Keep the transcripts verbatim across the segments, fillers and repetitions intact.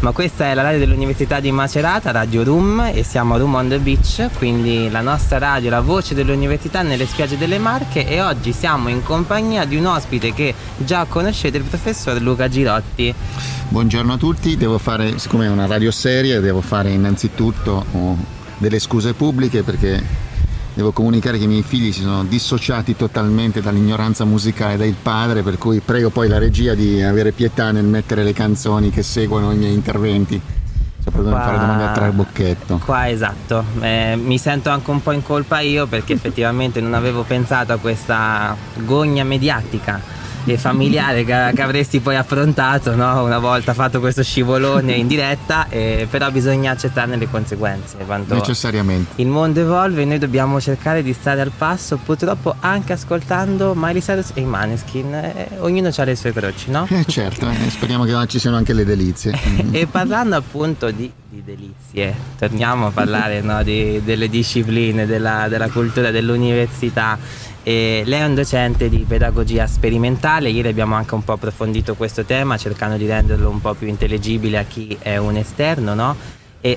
Ma questa è la radio dell'Università di Macerata, Radio Room, e siamo a Room on the Beach, quindi la nostra radio, la voce dell'università nelle spiagge delle Marche, e oggi siamo in compagnia di un ospite che già conoscete, il professor Luca Girotti. Buongiorno a tutti, devo fare, siccome è una radio seria, devo fare innanzitutto oh, delle scuse pubbliche perché devo comunicare che i miei figli si sono dissociati totalmente dall'ignoranza musicale del padre, per cui prego poi la regia di avere pietà nel mettere le canzoni che seguono i miei interventi. Soprattutto non fare domande a trabocchetto. Qua esatto, eh, mi sento anche un po' in colpa io perché effettivamente non avevo pensato a questa gogna mediatica e familiare che, che avresti poi affrontato, no? Una volta fatto questo scivolone in diretta, eh, però bisogna accettarne le conseguenze quando necessariamente il mondo evolve e noi dobbiamo cercare di stare al passo, purtroppo anche ascoltando Miley Cyrus e i Maneskin, eh, ognuno ha le sue croci, no? Eh certo, eh, speriamo che ci siano anche le delizie. E parlando appunto di, di delizie, torniamo a parlare, no, di, delle discipline, della, della cultura dell'università. E lei è un docente di pedagogia sperimentale. Ieri abbiamo anche un po' approfondito questo tema cercando di renderlo un po' più intellegibile a chi è un esterno, no? E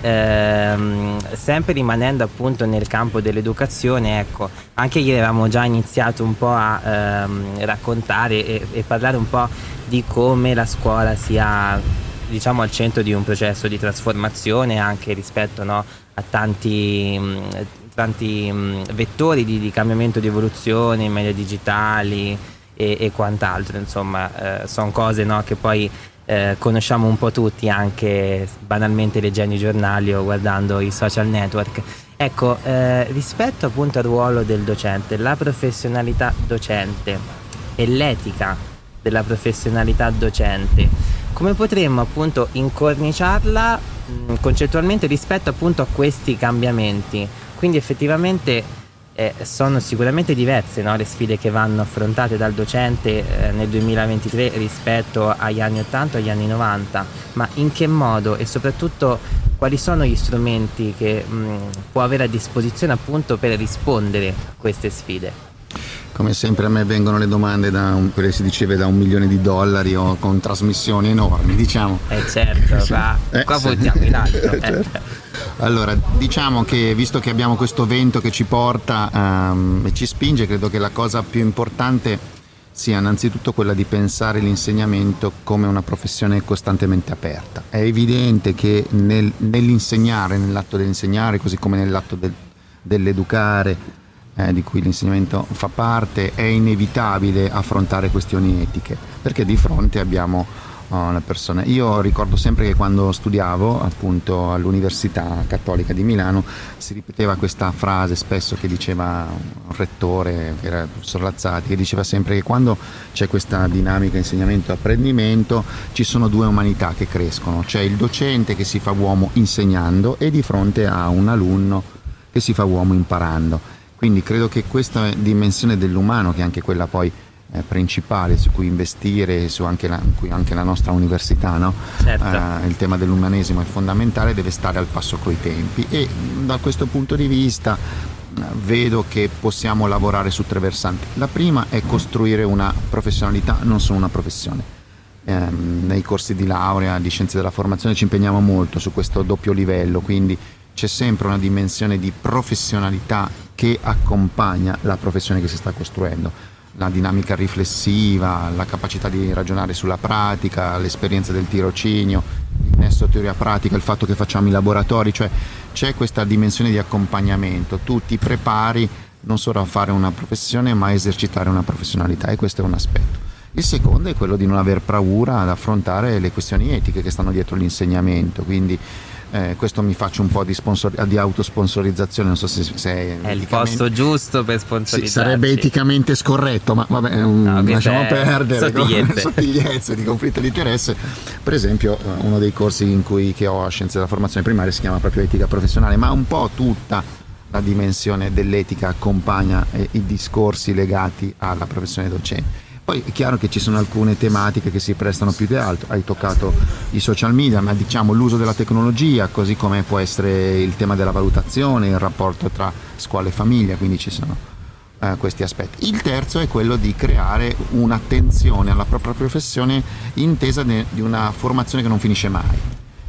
ehm, sempre rimanendo appunto nel campo dell'educazione, ecco, anche ieri avevamo già iniziato un po' a ehm, raccontare e, e parlare un po' di come la scuola sia, diciamo, al centro di un processo di trasformazione anche rispetto, no, a tanti mh, tanti mh, vettori di, di cambiamento, di evoluzione, i media digitali e, e quant'altro, insomma, eh, sono cose, no, che poi eh, conosciamo un po' tutti anche banalmente leggendo i giornali o guardando i social network. Ecco, eh, rispetto appunto al ruolo del docente, la professionalità docente e l'etica della professionalità docente, come potremmo appunto incorniciarla mh, concettualmente rispetto appunto a questi cambiamenti? Quindi effettivamente eh, sono sicuramente diverse, no, le sfide che vanno affrontate dal docente eh, nel duemilaventitré rispetto agli anni ottanta o agli anni novanta, ma in che modo e soprattutto quali sono gli strumenti che mh, può avere a disposizione appunto per rispondere a queste sfide? Come sempre a me vengono le domande da un, quelle si diceva da un milione di dollari o con trasmissioni enormi, diciamo. Eh certo, qua, eh, qua sì. puntiamo in alto. Certo. Allora, diciamo che visto che abbiamo questo vento che ci porta um, e ci spinge, credo che la cosa più importante sia innanzitutto quella di pensare l'insegnamento come una professione costantemente aperta. È evidente che nel, nell'insegnare, nell'atto dell'insegnare, così come nell'atto del, dell'educare, Eh, di cui l'insegnamento fa parte, è inevitabile affrontare questioni etiche, perché di fronte abbiamo uh, le persone. Io ricordo sempre che quando studiavo appunto all'Università Cattolica di Milano si ripeteva questa frase spesso che diceva un rettore, che era il professor Lazzati, che diceva sempre che quando c'è questa dinamica insegnamento-apprendimento ci sono due umanità che crescono, c'è il docente che si fa uomo insegnando e di fronte a un alunno che si fa uomo imparando. Quindi credo che questa dimensione dell'umano, che è anche quella poi eh, principale su cui investire, su anche la, cui anche la nostra università, no? Certo. Eh, il tema dell'umanesimo è fondamentale, deve stare al passo coi tempi, e da questo punto di vista eh, vedo che possiamo lavorare su tre versanti. La prima è costruire una professionalità, non solo una professione. Eh, nei corsi di laurea di scienze della formazione ci impegniamo molto su questo doppio livello, quindi c'è sempre una dimensione di professionalità che accompagna la professione che si sta costruendo, la dinamica riflessiva, la capacità di ragionare sulla pratica, l'esperienza del tirocinio, il nesso teoria-pratica, il fatto che facciamo i laboratori, cioè c'è questa dimensione di accompagnamento, tu ti prepari non solo a fare una professione ma a esercitare una professionalità, e questo è un aspetto. Il secondo è quello di non aver paura ad affrontare le questioni etiche che stanno dietro l'insegnamento, quindi Eh, questo mi faccio un po' di, sponsor- di autosponsorizzazione, non so se, se è, è il posto giusto per sponsorizzarci. Sì, sarebbe eticamente scorretto, ma vabbè, no, lasciamo perdere sottigliezze. sottigliezze di conflitto di interesse. Per esempio uno dei corsi in cui che ho a scienze della formazione primaria si chiama proprio etica professionale, ma un po' tutta la dimensione dell'etica accompagna eh, i discorsi legati alla professione docente. Poi è chiaro che ci sono alcune tematiche che si prestano più di altro, hai toccato i social media, ma diciamo l'uso della tecnologia, così come può essere il tema della valutazione, il rapporto tra scuola e famiglia, quindi ci sono eh, questi aspetti. Il terzo è quello di creare un'attenzione alla propria professione intesa de- di una formazione che non finisce mai.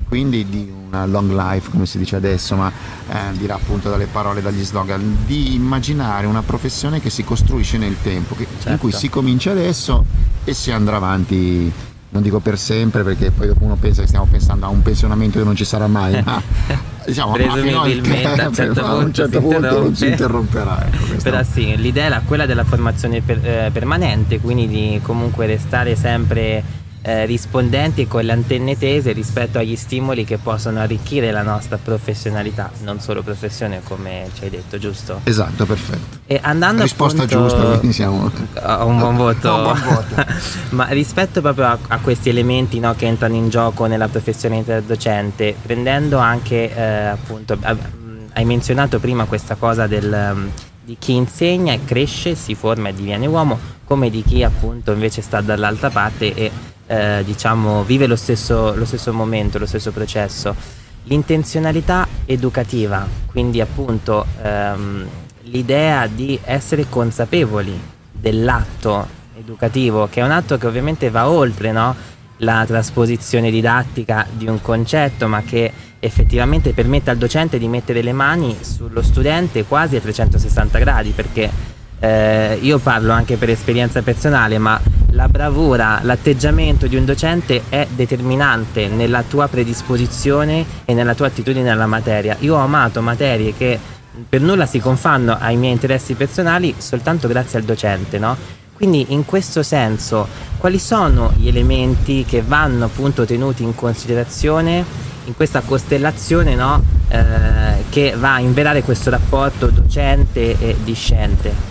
quindi di una long life, come si dice adesso, ma eh, dirà appunto dalle parole, dagli slogan, di immaginare una professione che si costruisce nel tempo, che, certo. in cui si comincia adesso e si andrà avanti, non dico per sempre, perché poi dopo uno pensa che stiamo pensando a un pensionamento che non ci sarà mai, ma diciamo presumibilmente a un certo punto, un certo punto non ci interromperà, ecco, però sì, l'idea era quella della formazione per, eh, permanente, quindi di comunque restare sempre Eh, rispondenti e con le antenne tese rispetto agli stimoli che possono arricchire la nostra professionalità, non solo professione, come ci hai detto, giusto? Esatto, perfetto. E andando risposta appunto, giusta, quindi siamo a un buon voto. un buon voto. Ma rispetto proprio a, a questi elementi, no, che entrano in gioco nella professionalità del docente, prendendo anche eh, appunto a, hai menzionato prima questa cosa del um, di chi insegna e cresce, si forma e diviene uomo, come di chi appunto invece sta dall'altra parte e Eh, diciamo vive lo stesso, lo stesso momento, lo stesso processo. L'intenzionalità educativa, quindi appunto ehm, l'idea di essere consapevoli dell'atto educativo, che è un atto che ovviamente va oltre, no? La trasposizione didattica di un concetto, ma che effettivamente permette al docente di mettere le mani sullo studente quasi a trecentosessanta gradi, perché Eh, io parlo anche per esperienza personale, ma la bravura, l'atteggiamento di un docente è determinante nella tua predisposizione e nella tua attitudine alla materia. Io ho amato materie che per nulla si confanno ai miei interessi personali soltanto grazie al docente, no? Quindi in questo senso quali sono gli elementi che vanno appunto tenuti in considerazione in questa costellazione, no? eh, che va a inverare questo rapporto docente e discente?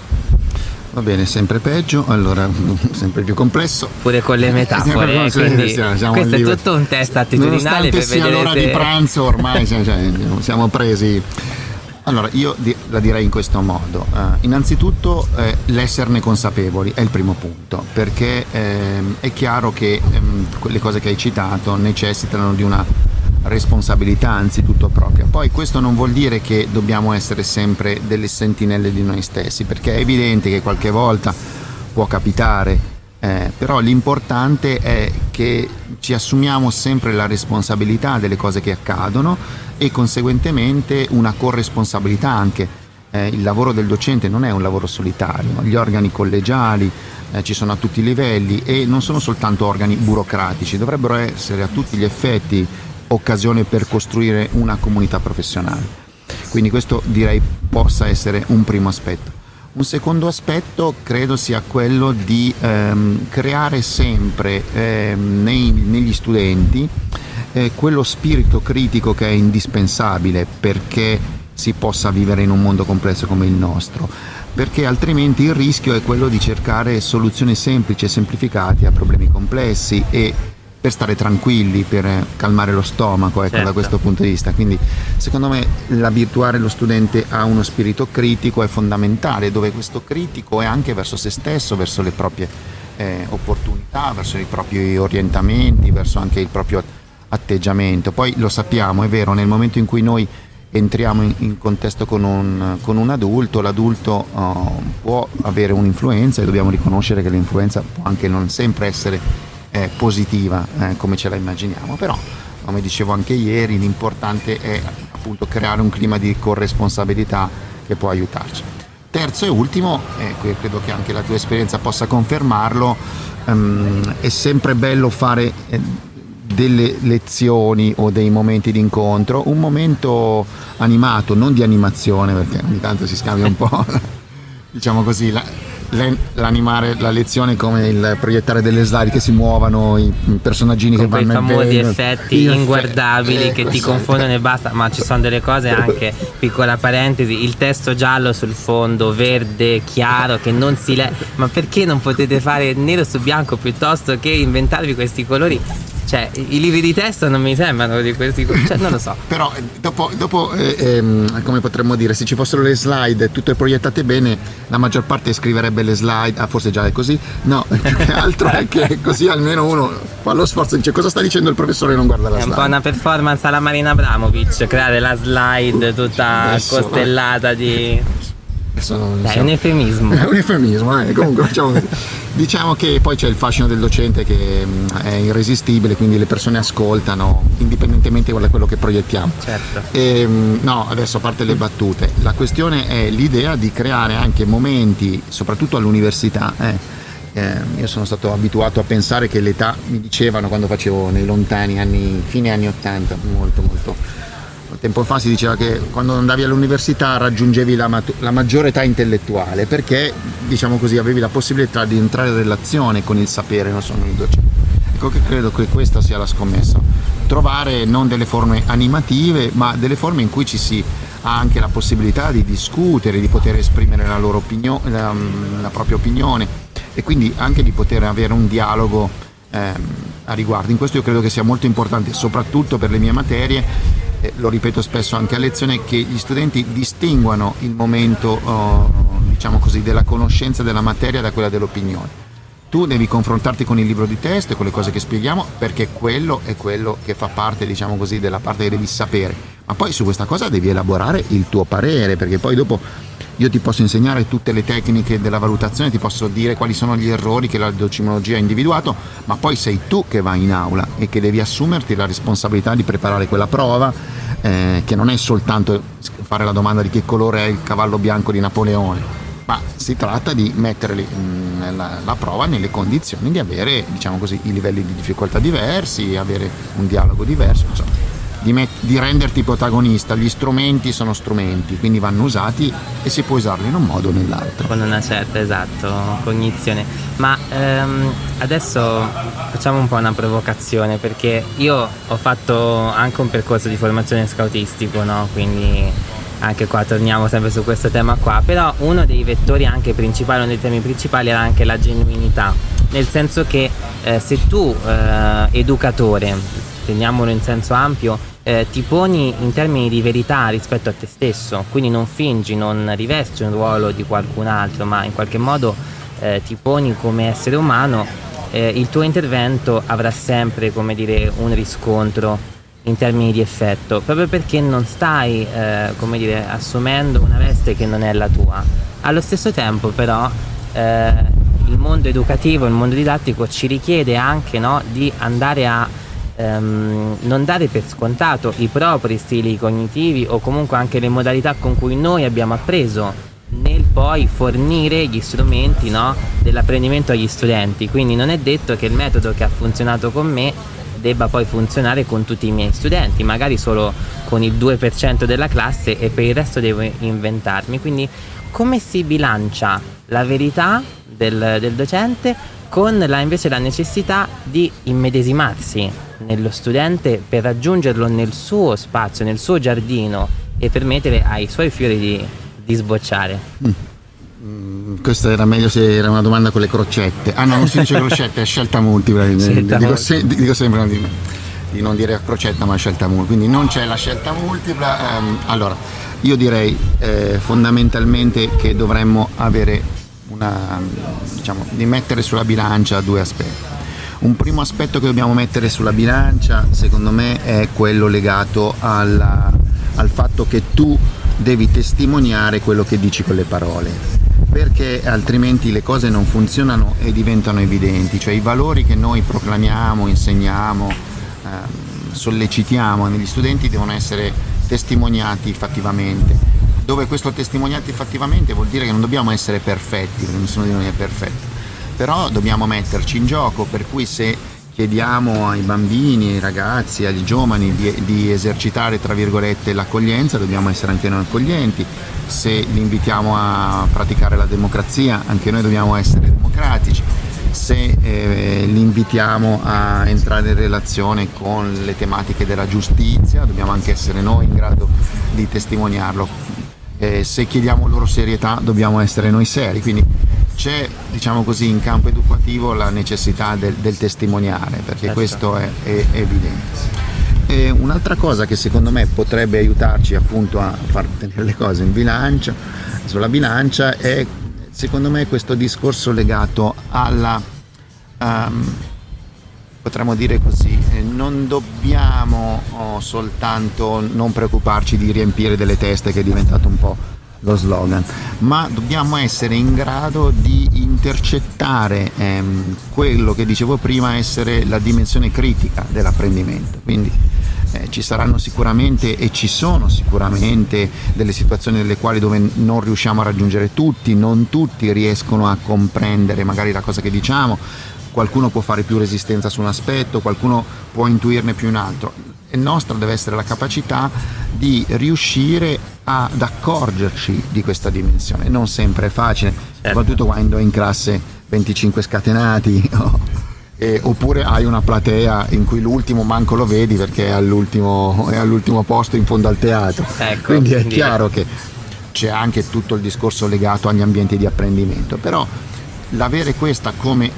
Va bene, sempre peggio, allora sempre più complesso. Pure con le metafore, eh, quindi siamo, siamo questo lì. È tutto un test attitudinale per sia vedere l'ora se... di pranzo ormai cioè, siamo presi. Allora io di, la direi in questo modo. Uh, innanzitutto eh, l'esserne consapevoli è il primo punto, perché ehm, è chiaro che ehm, quelle cose che hai citato necessitano di una responsabilità anzitutto propria. Poi questo non vuol dire che dobbiamo essere sempre delle sentinelle di noi stessi, perché è evidente che qualche volta può capitare, eh, però l'importante è che ci assumiamo sempre la responsabilità delle cose che accadono e conseguentemente una corresponsabilità anche. Eh, il lavoro del docente non è un lavoro solitario, gli organi collegiali eh, ci sono a tutti i livelli e non sono soltanto organi burocratici, dovrebbero essere a tutti gli effetti occasione per costruire una comunità professionale. Quindi questo direi possa essere un primo aspetto. Un secondo aspetto credo sia quello di ehm, creare sempre ehm, nei, negli studenti eh, quello spirito critico che è indispensabile perché si possa vivere in un mondo complesso come il nostro, perché altrimenti il rischio è quello di cercare soluzioni semplici e semplificate a problemi complessi e per stare tranquilli, per calmare lo stomaco, ecco, certo. Da questo punto di vista. Quindi secondo me l'abituare lo studente a uno spirito critico è fondamentale, dove questo critico è anche verso se stesso, verso le proprie eh, opportunità, verso i propri orientamenti, verso anche il proprio atteggiamento. Poi lo sappiamo, è vero, nel momento in cui noi entriamo in, in contesto con un, con un adulto, l'adulto uh, può avere un'influenza e dobbiamo riconoscere che l'influenza può anche non sempre essere è positiva eh, come ce la immaginiamo, però come dicevo anche ieri l'importante è appunto creare un clima di corresponsabilità che può aiutarci. Terzo e ultimo, eh, credo che anche la tua esperienza possa confermarlo, ehm, è sempre bello fare eh, delle lezioni o dei momenti di incontro, un momento animato, non di animazione perché ogni tanto si scambia un po' diciamo così la, l'animare la lezione come il proiettare delle slide che si muovano, i personaggini con che vanno quei famosi vengono, effetti inguardabili eh, che ti confondono e basta, ma ci sono delle cose anche, piccola parentesi, il testo giallo sul fondo verde chiaro che non si legge, ma perché non potete fare nero su bianco piuttosto che inventarvi questi colori? Cioè, i libri di testo non mi sembrano di questi, cioè, non lo so. Però dopo, dopo eh, ehm, come potremmo dire, se ci fossero le slide tutte proiettate bene, la maggior parte scriverebbe le slide, ah forse già è così, no, più che altro è che così almeno uno fa lo sforzo e dice cosa sta dicendo il professore e non guarda la slide. È slide. un po' una performance alla Marina Abramovic, creare la slide tutta adesso, costellata di... Adesso non Dai, è un eufemismo. È un eufemismo, eh, comunque facciamo così. Diciamo che poi c'è il fascino del docente che è irresistibile, quindi le persone ascoltano indipendentemente da quello che proiettiamo. Certo. E, no, adesso a parte le battute, la questione è l'idea di creare anche momenti, soprattutto all'università. Eh, eh, io sono stato abituato a pensare che l'età, mi dicevano quando facevo nei lontani anni, fine anni ottanta, molto molto tempo fa, si diceva che quando andavi all'università raggiungevi la, mat- la maggiore età intellettuale, perché diciamo così avevi la possibilità di entrare in relazione con il sapere, non solo il docente. Ecco che credo che questa sia la scommessa, trovare non delle forme animative ma delle forme in cui ci si ha anche la possibilità di discutere, di poter esprimere la loro opinione, la, la propria opinione, e quindi anche di poter avere un dialogo ehm, a riguardo. In questo io credo che sia molto importante, soprattutto per le mie materie. Eh, lo ripeto spesso anche a lezione, che gli studenti distinguano il momento oh, diciamo così, della conoscenza della materia da quella dell'opinione. Tu devi confrontarti con il libro di testo e con le cose che spieghiamo, perché quello è quello che fa parte, diciamo così, della parte che devi sapere, ma poi su questa cosa devi elaborare il tuo parere, perché poi dopo io ti posso insegnare tutte le tecniche della valutazione, ti posso dire quali sono gli errori che la docimologia ha individuato, ma poi sei tu che vai in aula e che devi assumerti la responsabilità di preparare quella prova, eh, che non è soltanto fare la domanda di che colore è il cavallo bianco di Napoleone, ma si tratta di mettere mh, la, la prova nelle condizioni di avere, diciamo così, i livelli di difficoltà diversi, avere un dialogo diverso, insomma. Di, met- di renderti protagonista. Gli strumenti sono strumenti, quindi vanno usati e si può usarli in un modo o nell'altro. Con una certa, esatto, cognizione. Ma ehm, adesso facciamo un po' una provocazione, perché io ho fatto anche un percorso di formazione scoutistico, no? Quindi anche qua torniamo sempre su questo tema qua, però uno dei vettori anche principali, uno dei temi principali era anche la genuinità, nel senso che eh, se tu eh, educatore, teniamolo in senso ampio, eh, ti poni in termini di verità rispetto a te stesso, quindi non fingi, non rivesti un ruolo di qualcun altro, ma in qualche modo eh, ti poni come essere umano, eh, il tuo intervento avrà sempre, come dire, un riscontro in termini di effetto, proprio perché non stai eh, come dire, assumendo una veste che non è la tua. Allo stesso tempo però eh, il mondo educativo, il mondo didattico ci richiede anche, no, di andare a ehm, non dare per scontato i propri stili cognitivi o comunque anche le modalità con cui noi abbiamo appreso, nel poi fornire gli strumenti, no, dell'apprendimento agli studenti. Quindi non è detto che il metodo che ha funzionato con me debba poi funzionare con tutti i miei studenti, magari solo con il due per cento della classe, e per il resto devo inventarmi. Quindi come si bilancia la verità del, del docente con la, invece la necessità di immedesimarsi nello studente per raggiungerlo nel suo spazio, nel suo giardino, e permettere ai suoi fiori di, di sbocciare? Mm. Questa era meglio se era una domanda con le crocette. Ah no, non si dice crocette, è scelta multipla. Scelta dico, multipla. Se, dico sempre di, di non dire crocetta ma scelta multipla, quindi non c'è la scelta multipla. Um, allora, io direi eh, fondamentalmente che dovremmo avere una, diciamo, di mettere sulla bilancia due aspetti. Un primo aspetto che dobbiamo mettere sulla bilancia, secondo me, è quello legato alla, al fatto che tu devi testimoniare quello che dici con le parole, perché altrimenti le cose non funzionano e diventano evidenti. Cioè i valori che noi proclamiamo, insegniamo, ehm, sollecitiamo negli studenti devono essere testimoniati fattivamente. Dove questo testimoniati fattivamente vuol dire che non dobbiamo essere perfetti, perché nessuno di noi è perfetto, però dobbiamo metterci in gioco, per cui se chiediamo ai bambini, ai ragazzi, agli giovani di, di esercitare, tra virgolette, l'accoglienza, dobbiamo essere anche noi accoglienti. Se li invitiamo a praticare la democrazia, anche noi dobbiamo essere democratici. Se eh, li invitiamo a entrare in relazione con le tematiche della giustizia, dobbiamo anche essere noi in grado di testimoniarlo. Eh, se chiediamo loro serietà, dobbiamo essere noi seri. Quindi c'è, diciamo così, in campo educativo la necessità del, del testimoniare, perché certo. Questo è, è, è evidente. E un'altra cosa che secondo me potrebbe aiutarci appunto a far tenere le cose in bilancia, sulla bilancia, è secondo me questo discorso legato alla, um, potremmo dire così, eh, non dobbiamo oh, soltanto non preoccuparci di riempire delle teste, che è diventato un po' lo slogan, ma dobbiamo essere in grado di intercettare ehm, quello che dicevo prima essere la dimensione critica dell'apprendimento. Quindi eh, ci saranno sicuramente e ci sono sicuramente delle situazioni nelle quali dove non riusciamo a raggiungere tutti, non tutti riescono a comprendere magari la cosa che diciamo, qualcuno può fare più resistenza su un aspetto, qualcuno può intuirne più un altro. E nostra deve essere la capacità di riuscire ad accorgerci di questa dimensione. Non sempre è facile, certo. Soprattutto quando in classe venticinque scatenati oh, e, oppure hai una platea in cui l'ultimo manco lo vedi perché è all'ultimo, è all'ultimo posto in fondo al teatro. Ecco, quindi è quindi... chiaro che c'è anche tutto il discorso legato agli ambienti di apprendimento, però l'avere questa come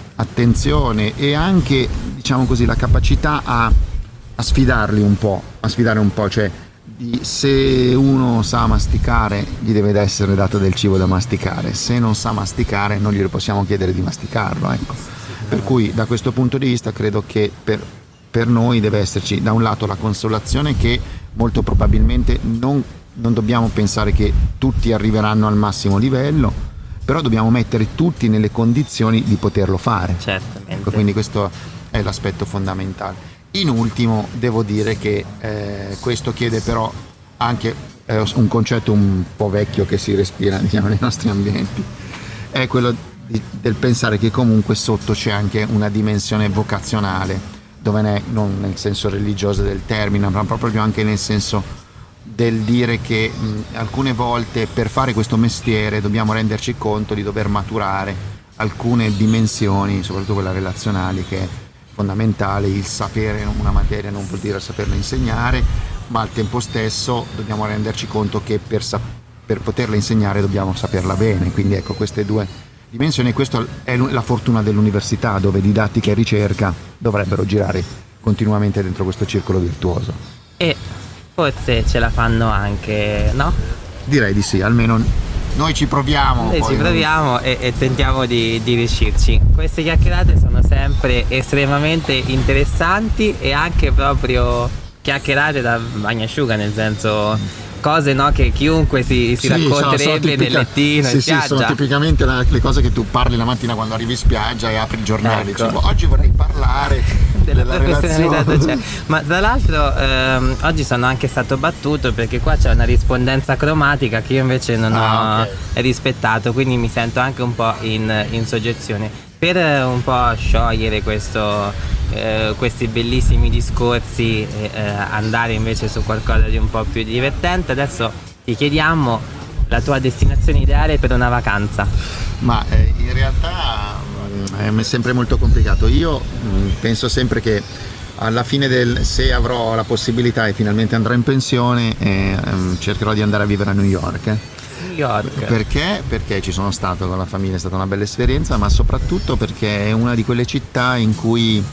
attenzione e anche, diciamo così, la capacità a, a sfidarli un po', a sfidare un po', cioè di, se uno sa masticare gli deve essere dato del cibo da masticare, se non sa masticare non glielo possiamo chiedere di masticarlo, ecco. Per cui da questo punto di vista credo che per, per noi deve esserci da un lato la consolazione che molto probabilmente non, non dobbiamo pensare che tutti arriveranno al massimo livello, però dobbiamo mettere tutti nelle condizioni di poterlo fare. Certamente. Ecco, quindi questo è l'aspetto fondamentale. In ultimo devo dire che eh, questo chiede però anche eh, un concetto un po' vecchio che si respira, diciamo, nei nostri ambienti, è quello di, del pensare che comunque sotto c'è anche una dimensione vocazionale, dove ne, non nel senso religioso del termine, ma proprio anche nel senso del dire che mh, alcune volte per fare questo mestiere dobbiamo renderci conto di dover maturare alcune dimensioni, soprattutto quelle relazionali, che è fondamentale. Il sapere una materia non vuol dire saperla insegnare, ma al tempo stesso dobbiamo renderci conto che per, sap- per poterla insegnare dobbiamo saperla bene. Quindi ecco, queste due dimensioni, questa è la fortuna dell'università, dove didattica e ricerca dovrebbero girare continuamente dentro questo circolo virtuoso. E forse ce la fanno anche, no? Direi di sì, almeno noi ci proviamo. Noi ci proviamo non... e, e tentiamo di, di riuscirci. Queste chiacchierate sono sempre estremamente interessanti e anche proprio chiacchierate da bagnasciuga, nel senso cose, no, che chiunque si, si sì, racconterebbe sono, sono tipica, nel lettino sì, in sì, spiaggia. Sono tipicamente la, le cose che tu parli la mattina quando arrivi in spiaggia e apri i giornali. Ecco. Cioè, oggi vorrei parlare della, della relazione. Ma tra l'altro ehm, oggi sono anche stato battuto perché qua c'è una rispondenza cromatica che io invece non ah, ho okay. rispettato, quindi mi sento anche un po' in, in soggezione. Per un po' sciogliere questo, eh, questi bellissimi discorsi e eh, andare invece su qualcosa di un po' più divertente, adesso ti chiediamo la tua destinazione ideale per una vacanza. Ma eh, in realtà mh, è sempre molto complicato. Io mh, penso sempre che alla fine del, se avrò la possibilità e finalmente andrò in pensione, eh, mh, cercherò di andare a vivere a New York. Eh. New York. Perché? Perché ci sono stato con la famiglia, è stata una bella esperienza, ma soprattutto perché è una di quelle città in cui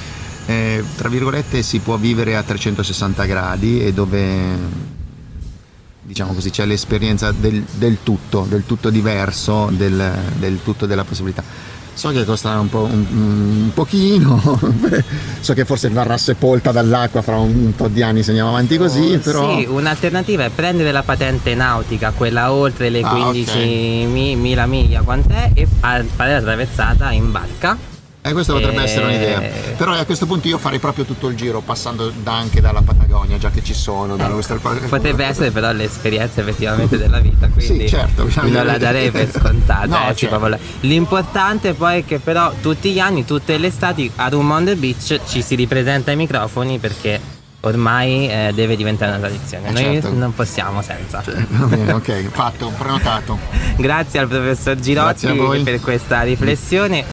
eh, tra virgolette si può vivere a trecentosessanta gradi e dove, diciamo così, c'è l'esperienza del, del tutto, del tutto diverso, del, del tutto della possibilità. So che costerà un, po', un, un pochino, so che forse verrà sepolta dall'acqua fra un, un po' di anni se andiamo avanti così, oh, però... Sì, un'alternativa è prendere la patente nautica, quella oltre le ah, quindicimila okay. miglia, quant'è, e fare la traversata in barca. E eh, questa potrebbe e... essere un'idea. Però a questo punto io farei proprio tutto il giro, passando da anche dalla Patagonia, già che ci sono. Ecco, potrebbe essere però l'esperienza effettivamente della vita, quindi sì, certo, non la darei per scontata. No, eh, certo. L'importante poi è che però tutti gli anni, tutte le estati, a Room on the Beach ci si ripresenta ai microfoni, perché ormai eh, deve diventare una tradizione. Eh, Noi certo. non possiamo senza. Cioè, va bene, ok, fatto, prenotato. Grazie al professor Girotti per questa riflessione.